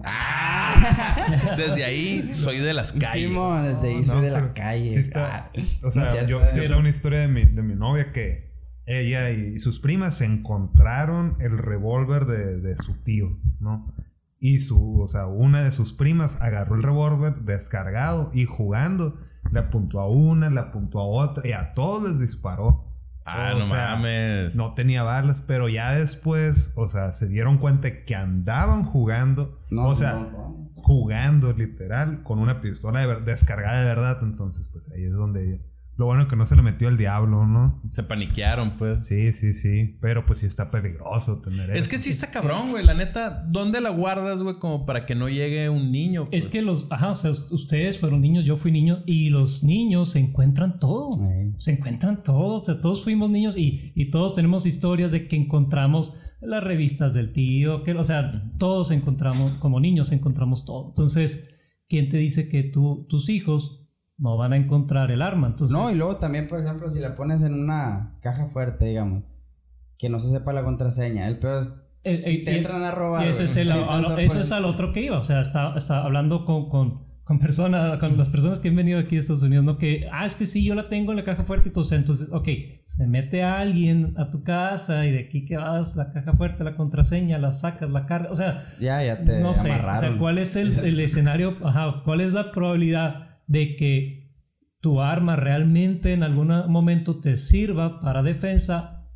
Desde ahí soy de las calles. Simón, desde ahí No, soy de la pero calle. Sí está. O no sea, es cierto, yo pero- tengo una historia de mi novia que ella y sus primas encontraron el revólver de su tío, ¿no? Y una de sus primas agarró el revólver descargado y jugando, le apuntó a una, le apuntó a otra y a todos les disparó. Ah, O no sea, mames. No tenía balas, pero ya después, o sea, se dieron cuenta que andaban jugando, No, o sea, no. jugando literal con una pistola descargada de verdad. Entonces, pues ahí es donde... Lo bueno es que no se le metió el diablo, ¿no? Se paniquearon, pues. Sí. Pero pues sí está peligroso tener Es eso. que sí está cabrón, güey. La neta, ¿dónde la guardas, güey? Como para que no llegue un niño. Pues? Es que o sea, ustedes fueron niños, yo fui niño y los niños se encuentran todo. Se encuentran todo. O sea, todos fuimos niños y todos tenemos historias de que encontramos las revistas del tío, o sea, todos encontramos, como niños encontramos todo. Entonces, ¿quién te dice que tus hijos no van a encontrar el arma? Entonces, No, y luego también, por ejemplo, si la pones en una caja fuerte, digamos, que no se sepa la contraseña, el peor es si te entran a robar. Y ese es eso es al otro que iba. O sea, está hablando con las personas que han venido aquí a Estados Unidos, ¿no? Que, es que sí, yo la tengo en la caja fuerte. Entonces, ok, se mete a alguien a tu casa y de aquí que vas, la caja fuerte, la contraseña, la sacas, la cargas. O sea, ya te no sé. amarraron. O sea, ¿cuál es el escenario? Ajá, ¿cuál es la probabilidad de que tu arma realmente en algún momento te sirva para defensa,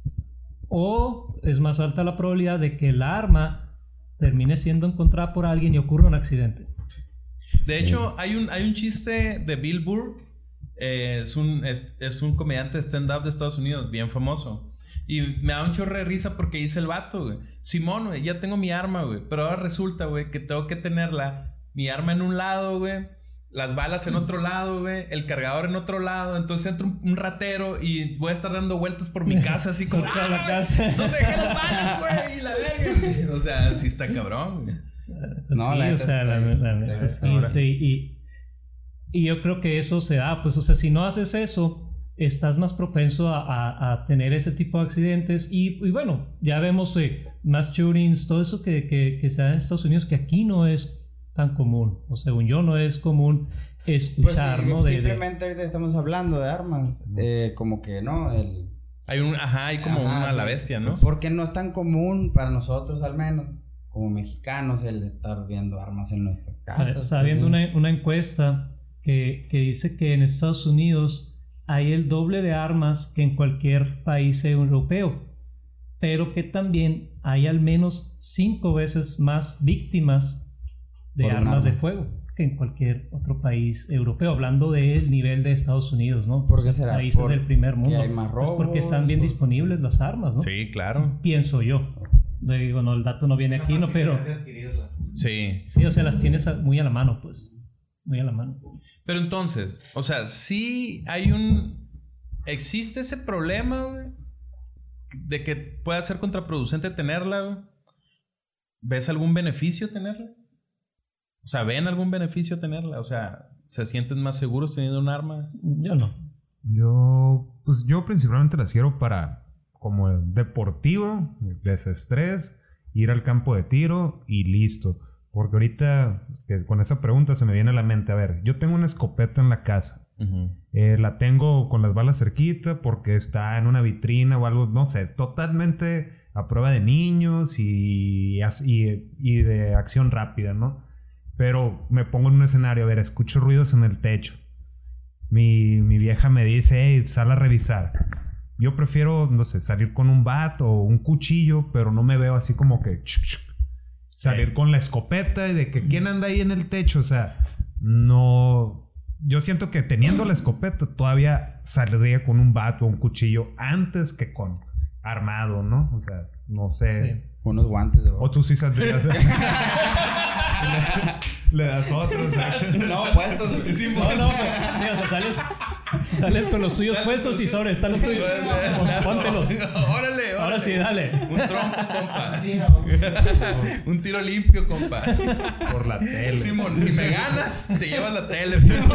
o es más alta la probabilidad de que el arma termine siendo encontrada por alguien y ocurra un accidente? De hecho, hay un chiste de Bill Burr. Es un comediante de stand-up de Estados Unidos, bien famoso. Y me da un chorro de risa porque dice el vato, güey: Simón, güey, ya tengo mi arma, güey. Pero ahora resulta, güey, que tengo que tenerla, mi arma en un lado, güey, las balas en otro lado, güey, el cargador en otro lado, entonces entra un ratero y voy a estar dando vueltas por mi casa así como... Por toda la casa. ¿Dónde dejé las balas, güey? Y la verga. O sea, sí está cabrón, güey. No, Sí, la o neta sea, está- la neta, sí. Y yo creo que eso se da, pues, o sea, si no haces eso, estás más propenso a tener ese tipo de accidentes. Y bueno, ya vemos mass shootings, todo eso que se da en Estados Unidos, que aquí no es tan común. O según yo, no es común escuchar, Pues sí, ¿no? simplemente ahorita estamos hablando de armas. Como que, ¿no? Hay como una a la sí. bestia, ¿no? Porque no es tan común para nosotros, al menos, como mexicanos, el estar viendo armas en nuestras casas. Está viendo una encuesta que dice que en Estados Unidos hay el doble de armas que en cualquier país europeo, pero que también hay al menos 5 veces más víctimas de Por un armas de arma. fuego que en cualquier otro país europeo, hablando del nivel de Estados Unidos, ¿no? ¿Por qué será? Países ¿Por del primer que mundo. hay más Pues porque robos? están bien ¿Por- disponibles las armas, ¿no? Sí, claro. Pienso yo. Digo, no, el dato no viene aquí, ¿no? Pero Sí. sí, o sea, las tienes muy a la mano, pues. Muy a la mano. Pero entonces, o sea, sí existe ese problema, güey, de que pueda ser contraproducente tenerla, güey. ¿Ves algún beneficio tenerla? O sea, ¿ven algún beneficio tenerla? O sea, ¿se sienten más seguros teniendo un arma? Yo no. Yo principalmente las quiero para como deportivo, desestrés, ir al campo de tiro y listo. Porque ahorita con esa pregunta se me viene a la mente, a ver, yo tengo una escopeta en la casa. La tengo con las balas cerquita porque está en una vitrina o algo, no sé, totalmente a prueba de niños y de acción rápida, ¿no? Pero me pongo en un escenario, a ver, escucho ruidos en el techo. Mi vieja me dice, hey, sal a revisar. Yo prefiero, no sé, salir con un bat o un cuchillo, pero no me veo así como que... salir con la escopeta y de que quién anda ahí en el techo, o sea, no... Yo siento que teniendo la escopeta todavía saldría con un bat o un cuchillo antes que con armado, ¿no? O sea, no sé. Sí. Unos guantes de O tú sí saldrías. le das otro. O sea. No, puestos. No, no, sí, o sea, sales con los tuyos puestos y sobre, están los tuyos. Póntelos. Órale. Ahora sí, dale. Un trompo, compa. Un tiro limpio, compa. Por la tele. Simón, si me ganas, te llevas la tele.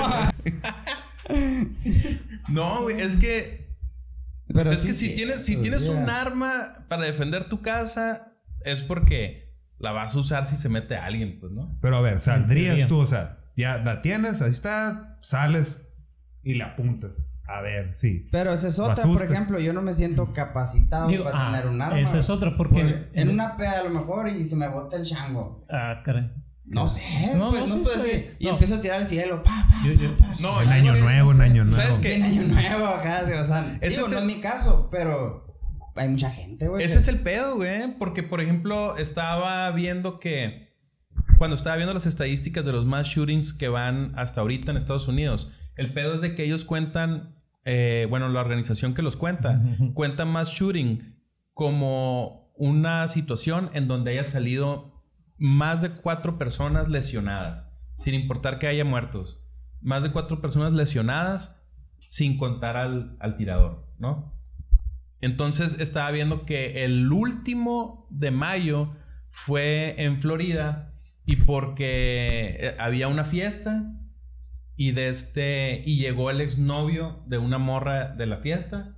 No, güey, es que... Pues es que si tienes un arma para defender tu casa, es porque la vas a usar si se mete alguien, pues, ¿no? Pero a ver, En saldrías teoría. tú, o sea, ya la tienes, ahí está, sales y la apuntas. A ver, sí. Pero esa es Lo otra, por asusta. ejemplo, yo no me siento capacitado Digo, para tener un arma. esa es otra, porque... En una peda a lo mejor y se me bota el chango. Ah, caray. No sé, No, pues, no, no sí puedo está decir. bien. Y No. empiezo a tirar al cielo, No, En año nuevo, en año nuevo. ¿Sabes qué? En año nuevo acá, o sea, Ese digo, es no el- es mi caso, pero hay mucha gente, güey. Ese es el pedo, güey. Porque, por ejemplo, estaba viendo que... Cuando estaba viendo las estadísticas de los mass shootings que van hasta ahorita en Estados Unidos, el pedo es de que ellos cuentan... bueno, la organización que los cuenta, cuenta mass shooting como una situación en donde haya salido más de 4 personas lesionadas, sin importar que haya muertos. Más de 4 personas lesionadas sin contar al tirador, ¿no? Entonces estaba viendo que el último de mayo fue en Florida y porque había una fiesta y llegó el exnovio de una morra de la fiesta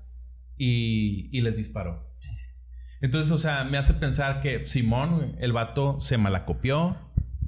y les disparó. Entonces, o sea, me hace pensar que Simón, güey, el vato se malacopió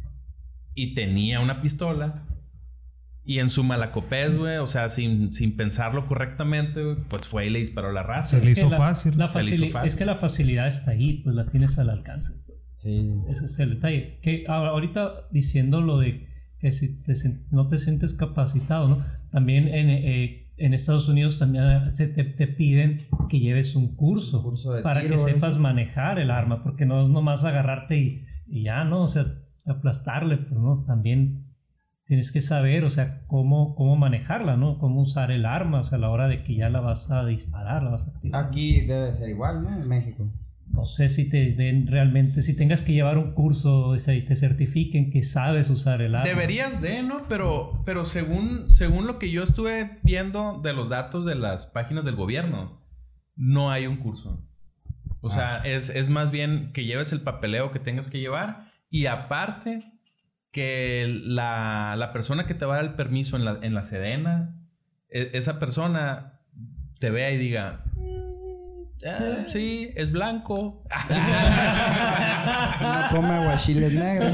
y tenía una pistola. Y en su malacopés, güey, o sea, sin pensarlo correctamente, güey, pues fue y le disparó la raza. Se le hizo que fácil. Se le hizo fácil. Es que la facilidad está ahí, pues la tienes al alcance, pues. Sí. Ese es el detalle. Que ahorita diciendo lo de que si no te sientes capacitado, ¿no? También en Estados Unidos también te piden que lleves un curso de para tiro, que sepas eso. manejar el arma, porque no es nomás agarrarte y ya, ¿no? O sea, aplastarle, pues, ¿no? También tienes que saber, o sea, cómo manejarla, ¿no? Cómo usar el arma, o sea, a la hora de que ya la vas a disparar, la vas a activar. Aquí debe ser igual, ¿no? En México. no sé si te den realmente, si tengas que llevar un curso, o sea, y te certifiquen que sabes usar el arma. Deberías de, ¿no? Pero según lo que yo estuve viendo de los datos de las páginas del gobierno, no hay un curso. O sea, es más bien que lleves el papeleo que tengas que llevar y aparte que la persona que te va a dar el permiso en la Sedena, esa persona te vea y diga... sí, es blanco. No come aguachiles negros.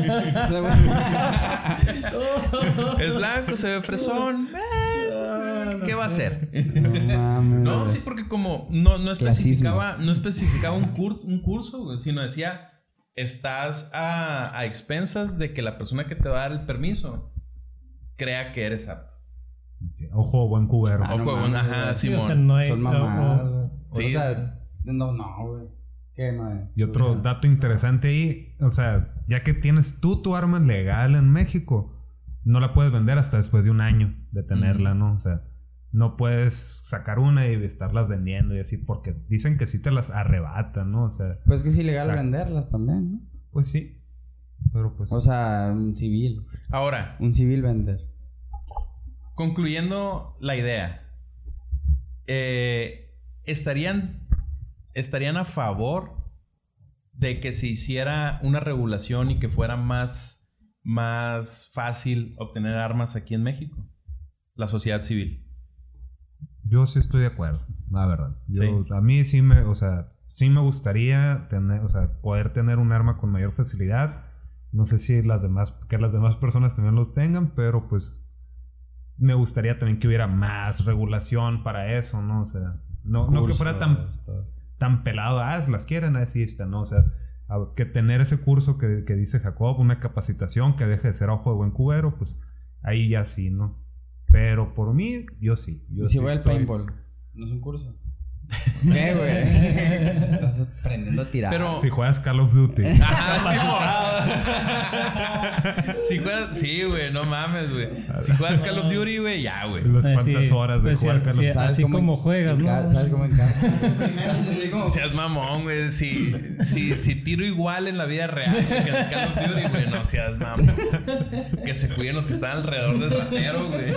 Es blanco, se ve fresón. ¿Qué va a hacer? No mames. No, sí, porque como no especificaba un curso, güey, sino decía, estás a expensas de que la persona que te va a dar el permiso crea que eres apto. Ojo, buen cubero. Ojo, mames, ajá, güey. Sí, Simón. o sea, no hay... Son mamadas, güey. Sí, O sea, no, güey. ¿Qué, madre? Y otro O sea, dato interesante ahí, o sea, ya que tienes tú tu arma legal en México, no la puedes vender hasta después de un año de tenerla, ¿no? O sea, no puedes sacar una y estarlas vendiendo y así, porque dicen que sí te las arrebatan, ¿no? O sea, Pues que es ilegal Claro. venderlas también, ¿no? pues sí. Pero pues... O sea, un civil vender. Concluyendo la idea, ¿estarían a favor de que se hiciera una regulación y que fuera más fácil obtener armas aquí en México? La sociedad civil. Yo sí estoy de acuerdo, la verdad. Sí. A mí sí sí me gustaría tener, o sea, poder tener un arma con mayor facilidad. No sé si las demás personas también los tengan, pero pues me gustaría también que hubiera más regulación para eso, ¿no? O sea, no que fuera tan pelado, las quieren, así está, ¿no? O sea, que tener ese curso que dice Jacob, una capacitación que deje de ser ojo de buen cubero, pues ahí ya sí, ¿no? Pero por mí, yo sí. ¿Y si voy al paintball? ¿No es un curso? ¿Qué, güey? Estás aprendiendo a tirar. Pero- Si juegas Call of Duty. Si juegas... Sí, güey, no mames, güey. Si juegas Call of Duty, güey, ya, güey. Las Sí, cuantas horas de pues, jugar Call of sí, Duty. así como juegas, ¿no? ¿Sabes cómo encarga? Primero así como... Seas mamón, güey. Si tiro igual en la vida real que en Call of Duty, güey, no seas mamón. Que se cuiden los que están alrededor del ratero, güey.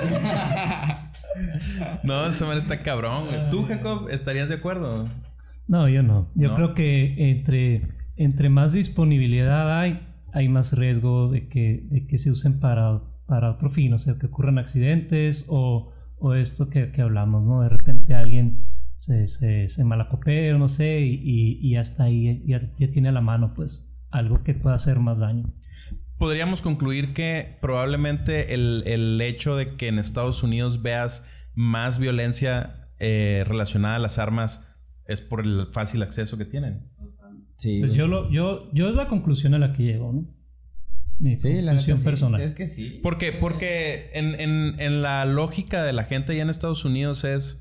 No, ese man está cabrón, güey. ¿Tú, Jacob, estarías de acuerdo? No, yo no. Yo ¿No? creo que entre más disponibilidad hay más riesgo de que se usen para otro fin. O sea, que ocurran accidentes o esto que hablamos, ¿no? De repente alguien se malacopea o no sé y hasta ahí ya tiene a la mano, pues, algo que pueda hacer más daño. Podríamos concluir que probablemente el hecho de que en Estados Unidos veas más violencia relacionada a las armas es por el fácil acceso que tienen. Sí, Pues güey. yo es la conclusión a la que llego, ¿no? Mi Sí, la conclusión neta, sí. personal. Es que sí. Porque en la lógica de la gente allá en Estados Unidos es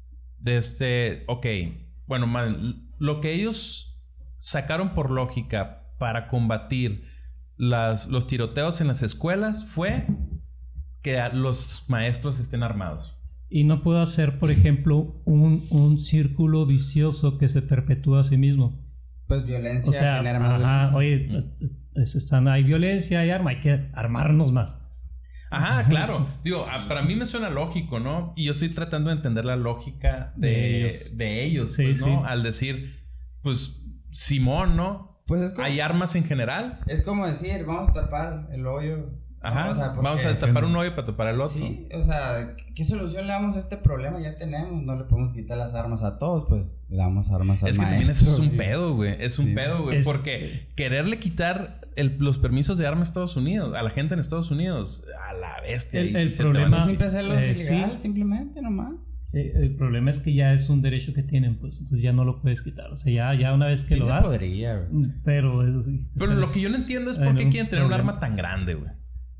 ok, bueno, lo que ellos sacaron por lógica para combatir los tiroteos en las escuelas fue que los maestros estén armados. Y no puedo hacer, por ejemplo, un círculo vicioso que se perpetúa a sí mismo. Pues violencia O sea, genera más violencia. oye, hay violencia, hay arma, hay que armarnos más. Ajá, claro. Digo, para mí me suena lógico, ¿no? Y yo estoy tratando de entender la lógica de ellos, Sí, pues, ¿no? sí. Al decir, pues, Simón, ¿no? Pues es como, ¿Hay armas en general? es como decir, vamos a tapar el hoyo. Ajá. O sea, porque- Vamos a destapar un hoyo para tapar el otro. Sí, o sea, ¿qué solución le damos a este problema? Ya tenemos, no le podemos quitar las armas a todos, pues le damos armas al Es que también maestro. eso es un pedo, güey. Es un Sí. pedo, güey. Es- Porque quererle quitar los permisos de arma a Estados Unidos, a la gente en Estados Unidos, a la bestia. El ahí se te problema- van a- No siempre hacerlo Sí. ilegal, simplemente, nomás. El problema es que ya es un derecho que tienen, pues entonces ya no lo puedes quitar. O sea, ya una vez que Sí lo se das. podría, güey. Pero eso sí. Pero estás lo que yo no entiendo es en por qué un quieren tener un problema. arma tan grande, güey.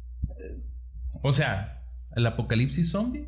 O sea, ¿el apocalipsis zombie?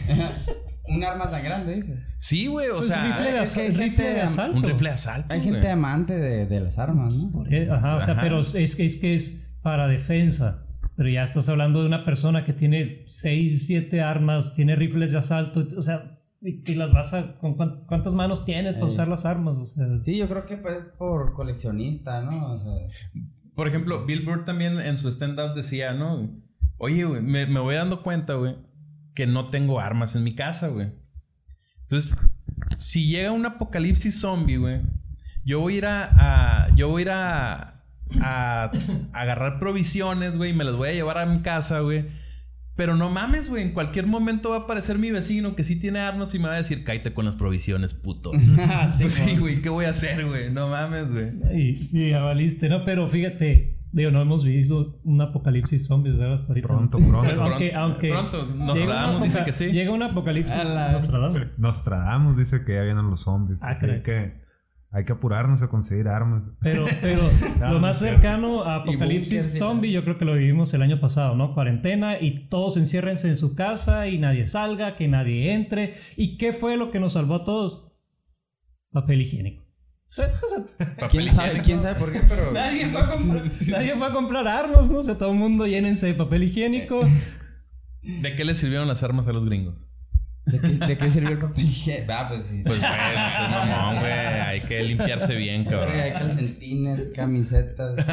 Un arma tan grande, dices. Sí, güey, o Pues sea... es que hay gente rifle de de- asalto. Un rifle de asalto, Hay gente güey. amante de las armas, ¿no? Ajá, o sea, Ajá. pero es que es para defensa. Pero ya estás hablando de una persona que tiene 6, 7 armas, tiene rifles de asalto. O sea, Y las vas a... ¿Cuántas manos tienes para usar las armas? O sea, Sí, yo creo que pues por coleccionista, ¿no? O sea... Por ejemplo, Bill Burr también en su stand-up decía, ¿no? Oye, güey, me voy dando cuenta, güey, que no tengo armas en mi casa, güey. Entonces, si llega un apocalipsis zombie, güey, yo voy a ir a agarrar provisiones, güey, y me las voy a llevar a mi casa, güey. Pero no mames, güey. En cualquier momento va a aparecer mi vecino que sí tiene armas y me va a decir, cállate con las provisiones, puto. Pues sí, güey. ¿Qué voy a hacer, güey? No mames, güey. Y ya valiste, ¿no? Pero fíjate, digo, no hemos visto un apocalipsis zombies, ¿verdad? Hasta ahorita. Pronto. Aunque pronto. Nostradamus dice que sí. Llega un apocalipsis Nostradamus. Nostradamus dice que ya vienen los zombies. Así que hay que apurarnos a conseguir armas. Pero lo más cercano a apocalipsis zombie yo creo que lo vivimos el año pasado, ¿no? Cuarentena y todos enciérrense en su casa y nadie salga, que nadie entre. ¿Y qué fue lo que nos salvó a todos? Papel higiénico. O sea, ¿Quién sabe por qué? Pero nadie fue a comprar armas, ¿no? O sea, todo el mundo llénense de papel higiénico. ¿De qué les sirvieron las armas a los gringos? ¿De qué sirvió el papel higiénico? Pues sí. Pues, güey, no sé, mamón, güey. Hay que limpiarse bien, cabrón. Hay calcetines, camisetas.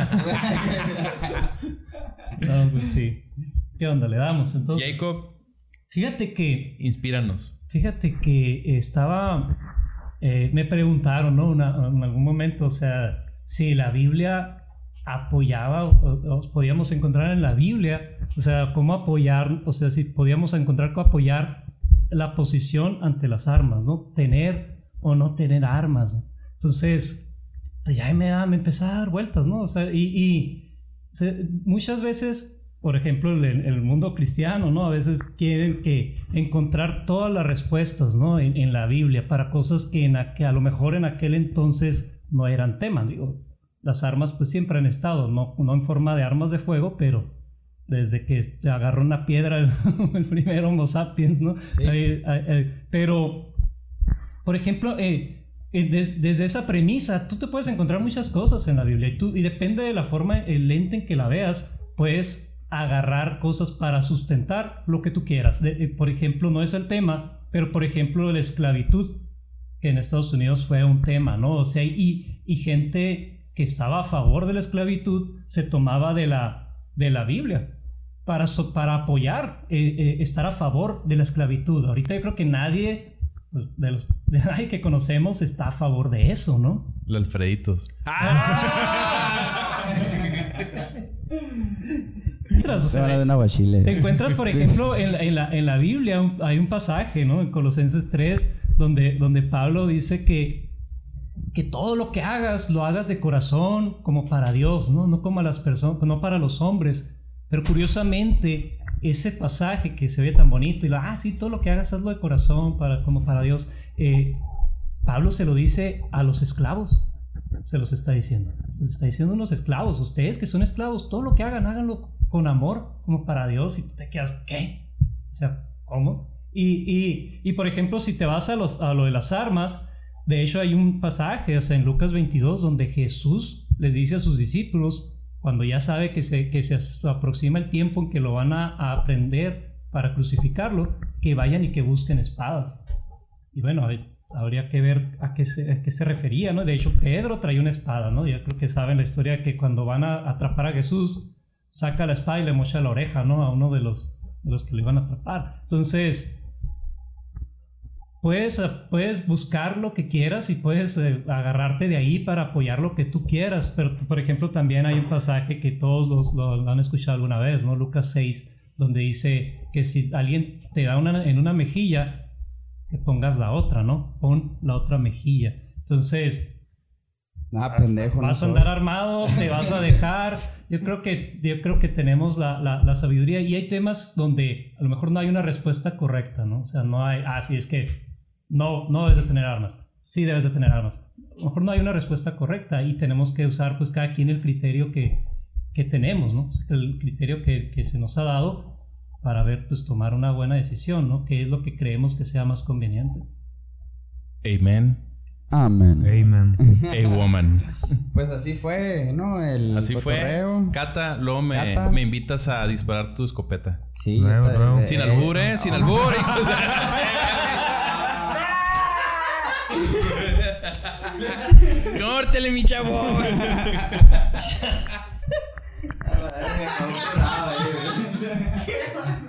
No, pues sí. ¿Qué onda? Le damos, entonces. Jacob, Fíjate que estaba... me preguntaron, ¿no? En algún momento, o sea, si la Biblia apoyaba o podíamos encontrar en la Biblia, o sea, cómo apoyar, o sea, si podíamos encontrar cómo apoyar la posición ante las armas, ¿no? Tener o no tener armas. Entonces, pues ya me empezó a dar vueltas, ¿no? O sea, muchas veces, por ejemplo, el mundo cristiano, ¿no? A veces quieren encontrar todas las respuestas, ¿no? En la Biblia para cosas que a lo mejor en aquel entonces no eran tema. Digo, las armas pues siempre han estado, no en forma de armas de fuego, pero desde que agarró una piedra el primer Homo sapiens, ¿no? Sí. Pero, por ejemplo, desde esa premisa, tú te puedes encontrar muchas cosas en la Biblia y depende de la forma, el lente en que la veas, puedes agarrar cosas para sustentar lo que tú quieras. Por ejemplo, no es el tema, pero por ejemplo, la esclavitud, que en Estados Unidos fue un tema, ¿no? O sea, y gente que estaba a favor de la esclavitud se tomaba de la Biblia para apoyar, estar a favor de la esclavitud. Ahorita yo creo que nadie nadie que conocemos está a favor de eso, ¿no? Los Alfreditos. O sea, de un aguachile. te encuentras, por ejemplo, en la Biblia hay un pasaje, ¿no? En Colosenses 3, donde Pablo dice que todo lo que hagas, lo hagas de corazón, como para Dios, ¿no? No como a las personas, no para los hombres. Pero curiosamente, ese pasaje que se ve tan bonito, sí, todo lo que hagas, hazlo de corazón, como para Dios. Pablo se lo dice a los esclavos. Se los está diciendo. Le está diciendo a los esclavos. Ustedes que son esclavos, todo lo que hagan, háganlo con amor, como para Dios. Y tú te quedas, ¿qué? O sea, ¿cómo? Y por ejemplo, si te vas a lo de las armas, de hecho hay un pasaje, o sea, en Lucas 22, donde Jesús le dice a sus discípulos, cuando ya sabe que se aproxima el tiempo en que lo van a prender para crucificarlo, que vayan y que busquen espadas. Y bueno, habría que ver a qué se refería, ¿no? De hecho, Pedro traía una espada, ¿no? Yo creo que saben la historia que cuando van a atrapar a Jesús, saca la espada y le mocha la oreja, ¿no? A uno de los que lo iban a atrapar. Entonces, puedes buscar lo que quieras y puedes agarrarte de ahí para apoyar lo que tú quieras. Pero, por ejemplo, también hay un pasaje que todos lo han escuchado alguna vez, ¿no? Lucas 6, donde dice que si alguien te da en una mejilla, que pongas la otra, ¿no? Pon la otra mejilla. Entonces, pendejo. Vas a andar armado, te vas a dejar. Yo creo que tenemos la sabiduría y hay temas donde a lo mejor no hay una respuesta correcta, ¿no? O sea, no hay, sí, es que no debes de tener armas. Sí debes de tener armas. A lo mejor no hay una respuesta correcta y tenemos que usar pues cada quien el criterio que tenemos, ¿no? O sea, el criterio que se nos ha dado para ver, pues tomar una buena decisión, ¿no? ¿Qué es lo que creemos que sea más conveniente? Amen. Amen. A woman. Pues así fue, ¿no? Así cotorreo. fue. Cata, luego me invitas a disparar tu escopeta. Sí. Luego. Sin albur, sin albur. ¡Córtele, mi chavo! A la verga, no curaba,